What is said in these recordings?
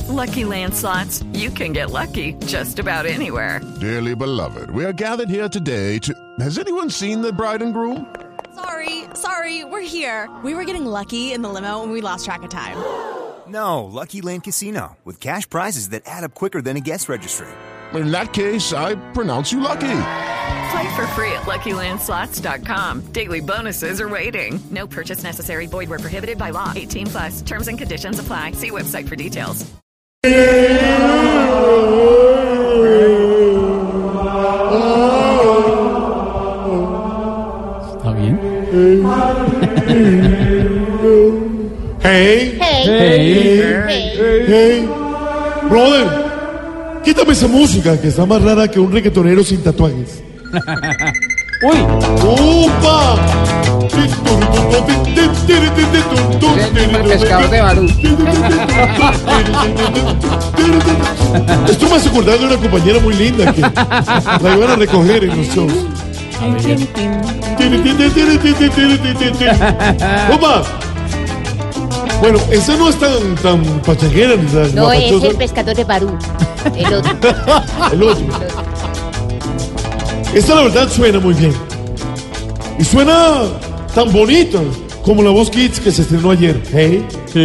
Lucky Land Slots, you can get lucky just about anywhere. Dearly beloved, we are gathered here today to... Has anyone seen the bride and groom? Sorry, we're here. We were getting lucky in the limo and we lost track of time. No, Lucky Land Casino, with cash prizes that add up quicker than a guest registry. In that case, I pronounce you lucky. Play for free at LuckyLandSlots.com. Daily bonuses are waiting. No purchase necessary. Void where prohibited by law. 18+. Terms and conditions apply. See website for details. ¿Está bien? Hey, brother, quítame esa música que está más rara que un reggaetonero sin tatuajes. ¡Uy! ¡Upa! El pescador de Barú. Esto me hace acordar de una compañera muy linda que la iban a recoger en los shows. ¡Upa! Bueno, esa no es tan pachanguera ni tan No, es guapachosa. el pescador de Barú. El otro. El otro. Esta la verdad suena muy bien. Y suena tan bonito como la voz Kids que se estrenó ayer. Hey.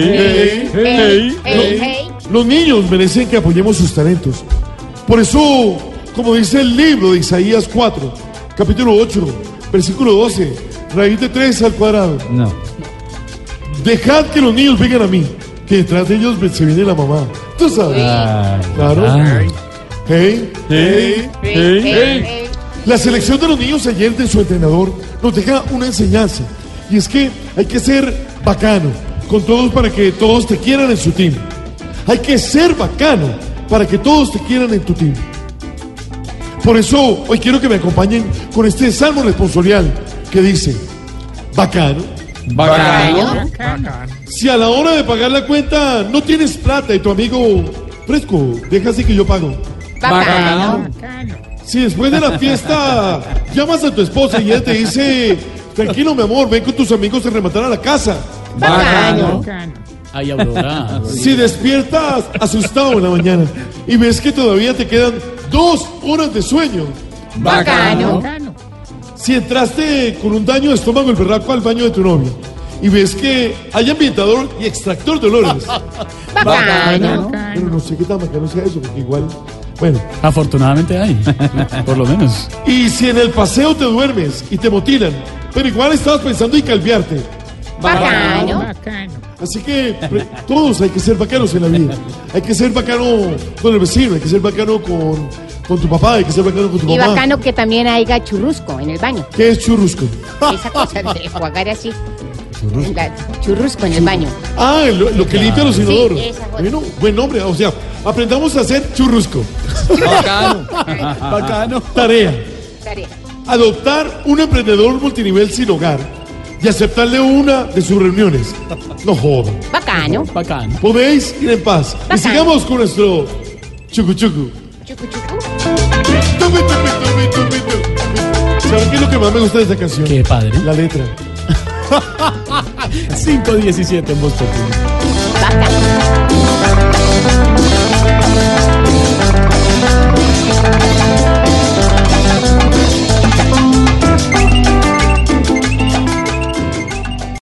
Los niños merecen que apoyemos sus talentos. Por eso, como dice el libro de Isaías 4, capítulo 8, versículo 12, raíz de 3 al cuadrado. No. Dejad que los niños vengan a mí, que detrás de ellos se viene la mamá. Tú sabes. Claro. Hey. La selección de los niños ayer de su entrenador nos deja una enseñanza. Y es que hay que ser bacano con todos para que todos te quieran en su team. Hay que ser bacano para que todos te quieran en tu team. Por eso hoy quiero que me acompañen con este salmo responsorial que dice: bacano. Si a la hora de pagar la cuenta no tienes plata y tu amigo fresco, deja así que yo pago. Bacano. Si después de la fiesta llamas a tu esposa y ella te dice: tranquilo mi amor, ven con tus amigos a rematar a la casa. Bacano. Ay, Aurora. Si despiertas asustado en la mañana y ves que todavía te quedan 2 horas de sueño. Bacano. Si entraste con un daño de estómago el berraco al baño de tu novia y ves que hay ambientador y extractor de olores. Bacano. Pero no sé qué tan bacano sea eso, porque igual... Bueno. Afortunadamente hay, por lo menos. Y si en el paseo te duermes y te motilan, pero igual estabas pensando en calviarte. Bacano. Así que todos hay que ser bacanos en la vida. Hay que ser bacano con el vecino, hay que ser bacano con tu papá, hay que ser bacano con tu Y mamá. bacano que también haya churrusco en el baño. ¿Qué es churrusco? Esa cosa de jugar así. Churrusco en el baño. Ah, lo que limpia los inodoros. Sí, esa cosa. Bueno, buen nombre. O sea, aprendamos a hacer churrusco. Bacano. Tarea: Tarea. adoptar un emprendedor multinivel sin hogar y aceptarle una de sus reuniones. No jodan. Bacano. Bacano. Podéis ir en paz. Y Bacano. sigamos con nuestro chucu chucu. Chucu chucu. ¿Saben qué es lo que más me gusta de esta canción? Qué padre. La letra. 5:17 en Voz Populi. Bacano.